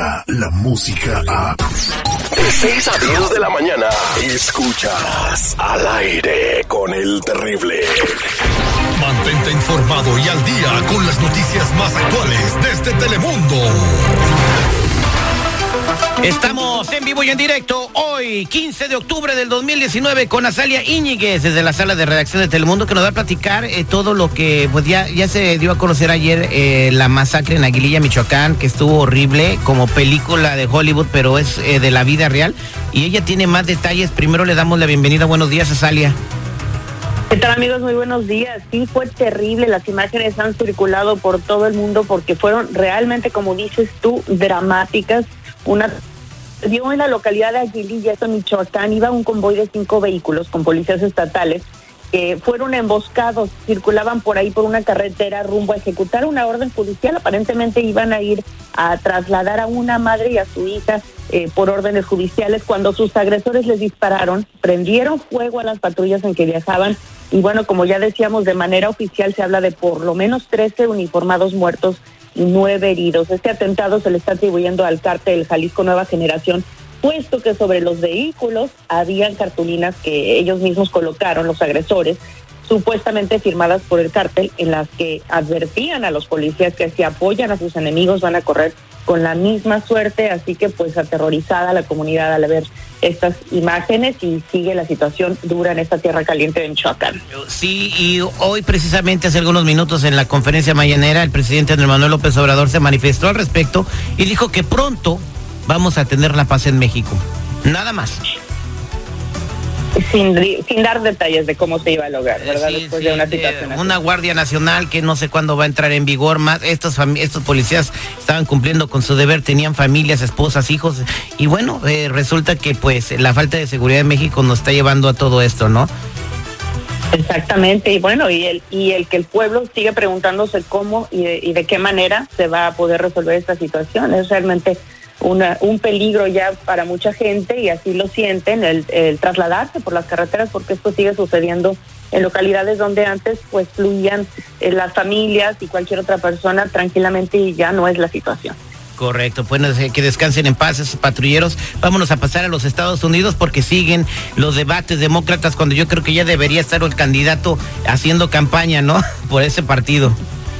Escucha la música a... De 6 a 10 de la mañana, escuchas Al Aire con el Terrible. Mantente informado y al día con las noticias más actuales desde Telemundo. Estamos en vivo y en directo hoy, 15 de octubre del 2019, con Azalia Íñiguez desde la sala de redacción de Telemundo, que nos va a platicar todo lo que pues ya se dio a conocer ayer, la masacre en Aguililla, Michoacán, que estuvo horrible, como película de Hollywood, pero es de la vida real. Y ella tiene más detalles. Primero le damos la bienvenida. Buenos días, Azalia. ¿Qué tal, amigos? Muy buenos días. Sí, fue terrible. Las imágenes han circulado por todo el mundo porque fueron realmente, como dices tú, dramáticas. Dio en la localidad de Aguililla, esto en Michoacán, iba un convoy de 5 vehículos con policías estatales que fueron emboscados, circulaban por ahí por una carretera rumbo a ejecutar una orden judicial. Aparentemente iban a ir a trasladar a una madre y a su hija por órdenes judiciales, cuando sus agresores les dispararon, prendieron fuego a las patrullas en que viajaban. Y bueno, como ya decíamos, de manera oficial se habla de por lo menos 13 uniformados muertos y 9 heridos. Este atentado se le está atribuyendo al cártel Jalisco Nueva Generación, puesto que sobre los vehículos habían cartulinas que ellos mismos colocaron, los agresores, supuestamente firmadas por el cártel, en las que advertían a los policías que si apoyan a sus enemigos van a correr con la misma suerte. Así que pues aterrorizada la comunidad al ver estas imágenes, y sigue la situación dura en esta tierra caliente de Michoacán. Sí, y hoy precisamente hace algunos minutos en la conferencia mañanera el presidente Andrés Manuel López Obrador se manifestó al respecto y dijo que pronto vamos a tener la paz en México. Nada más. Sin dar detalles de cómo se iba a lograr, ¿verdad? Después de una situación así. Una Guardia Nacional que no sé cuándo va a entrar en vigor más. Estos policías estaban cumpliendo con su deber, tenían familias, esposas, hijos, y bueno, resulta que pues la falta de seguridad en México nos está llevando a todo esto, ¿no? Exactamente, y bueno, y el que el pueblo sigue preguntándose cómo y de qué manera se va a poder resolver esta situación. Es realmente un peligro ya para mucha gente, y así lo sienten, el trasladarse por las carreteras, porque esto sigue sucediendo en localidades donde antes pues fluían las familias y cualquier otra persona tranquilamente, y ya no es la situación. Correcto, pues que descansen en paz esos patrulleros. Vámonos a pasar a los Estados Unidos, porque siguen los debates demócratas, cuando yo creo que ya debería estar el candidato haciendo campaña, ¿no? Por ese partido.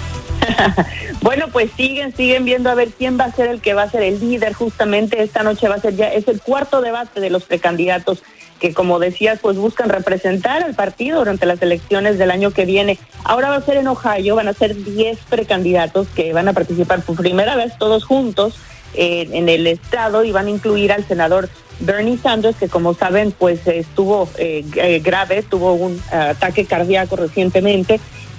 Bueno, pues siguen viendo a ver quién va a ser el que va a ser el líder. Justamente esta noche es el cuarto debate de los precandidatos que, como decías, pues buscan representar al partido durante las elecciones del año que viene. Ahora va a ser en Ohio, van a ser 10 precandidatos que van a participar por primera vez todos juntos en el estado, y van a incluir al senador Bernie Sanders, que como saben pues estuvo grave, tuvo un ataque cardíaco recientemente.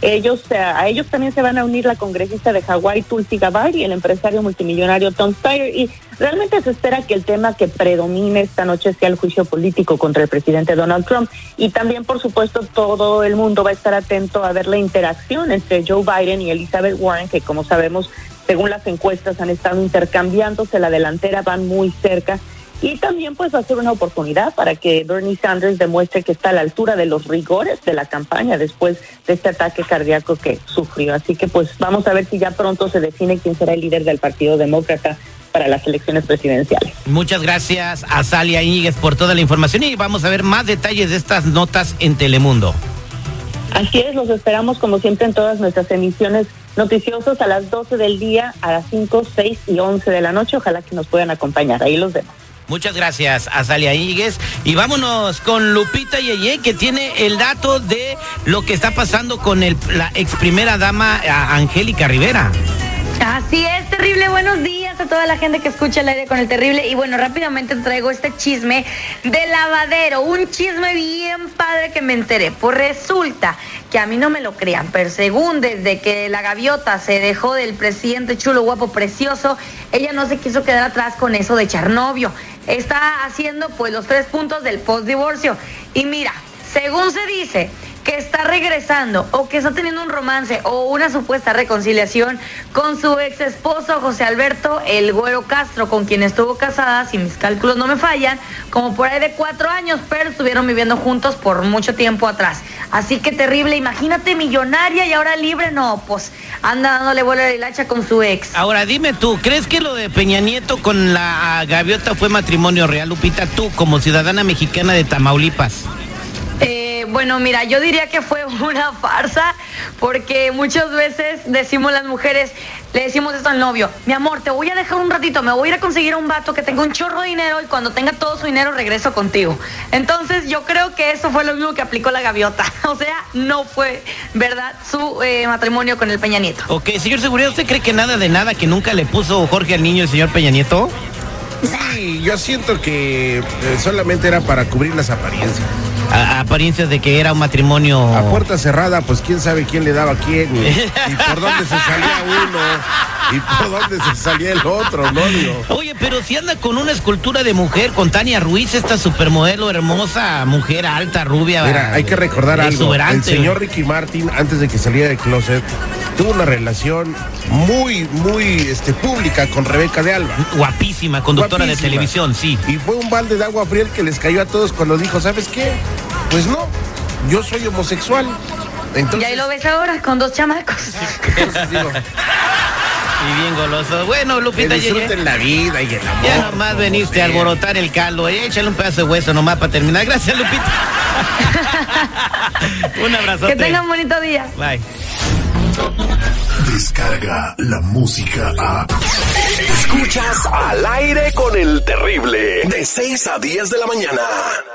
A ellos también se van a unir la congresista de Hawái, Tulsi Gabbard, y el empresario multimillonario Tom Steyer, y realmente se espera que el tema que predomine esta noche sea el juicio político contra el presidente Donald Trump. Y también, por supuesto, todo el mundo va a estar atento a ver la interacción entre Joe Biden y Elizabeth Warren, que como sabemos, según las encuestas, han estado intercambiándose la delantera, van muy cerca. Y también pues va a ser una oportunidad para que Bernie Sanders demuestre que está a la altura de los rigores de la campaña después de este ataque cardíaco que sufrió. Así que pues vamos a ver si ya pronto se define quién será el líder del Partido Demócrata para las elecciones presidenciales. Muchas gracias a Azalia Íñiguez por toda la información, y vamos a ver más detalles de estas notas en Telemundo. Así es, los esperamos como siempre en todas nuestras emisiones noticiosas a las 12 del día, a las 5, 6 y 11 de la noche. Ojalá que nos puedan acompañar. Ahí los vemos. Muchas gracias, Azalia Íñiguez. Y vámonos con Lupita Yeye, que tiene el dato de lo que está pasando con la ex primera dama Angélica Rivera. Así es, Terrible. Buenos días a toda la gente que escucha El Aire con el Terrible. Y bueno, rápidamente traigo este chisme de lavadero, un chisme bien padre que me enteré. Pues resulta que a mí no me lo crean, pero según desde que la gaviota se dejó del presidente chulo, guapo, precioso, ella no se quiso quedar atrás con eso de echar novio. Está haciendo pues los 3 puntos del postdivorcio. Y mira, según se dice que está regresando o que está teniendo un romance o una supuesta reconciliación con su ex esposo José Alberto El Güero Castro, con quien estuvo casada, si mis cálculos no me fallan, como por ahí de 4 años, pero estuvieron viviendo juntos por mucho tiempo atrás. Así que terrible, imagínate, millonaria y ahora libre, no, pues anda dándole vuelo a la hilacha con su ex. Ahora dime tú, ¿crees que lo de Peña Nieto con la gaviota fue matrimonio real, Lupita? Tú, como ciudadana mexicana de Tamaulipas. Bueno, mira, yo diría que fue una farsa, porque muchas veces decimos las mujeres, le decimos esto al novio: mi amor, te voy a dejar un ratito, me voy a ir a conseguir a un vato que tenga un chorro de dinero y cuando tenga todo su dinero regreso contigo. Entonces yo creo que eso fue lo mismo que aplicó la gaviota. O sea, no fue verdad su matrimonio con el Peña Nieto. Ok, señor Seguridad, ¿usted cree que nada de nada que nunca le puso Jorge al niño el señor Peña Nieto? Sí, yo siento que solamente era para cubrir las apariencias. Apariencias de que era un matrimonio... A puerta cerrada, pues quién sabe quién le daba a quién y por dónde se salía uno y por dónde se salía el otro, ¿no? Digo. Oye, pero si anda con una escultura de mujer, con Tania Ruiz, esta supermodelo hermosa, mujer alta, rubia. Mira, hay que recordar algo. El señor Ricky Martin, antes de que saliera del closet, tuvo una relación muy pública con Rebeca de Alba. Guapísima, conductora de televisión, sí. Y fue un balde de agua fría el que les cayó a todos cuando dijo, ¿sabes qué? Pues no, yo soy homosexual. Entonces... Y ahí lo ves ahora, con 2 chamacos. Entonces digo... Y bien goloso. Bueno, Lupita, que disfruten la vida y el amor. Ya nomás veniste a alborotar el caldo. Échale un pedazo de hueso nomás para terminar. Gracias, Lupita. Un abrazo. Que tengan un bonito día. Bye. Descarga la música a... Escuchas Al Aire con el Terrible, de 6 a 10 de la mañana.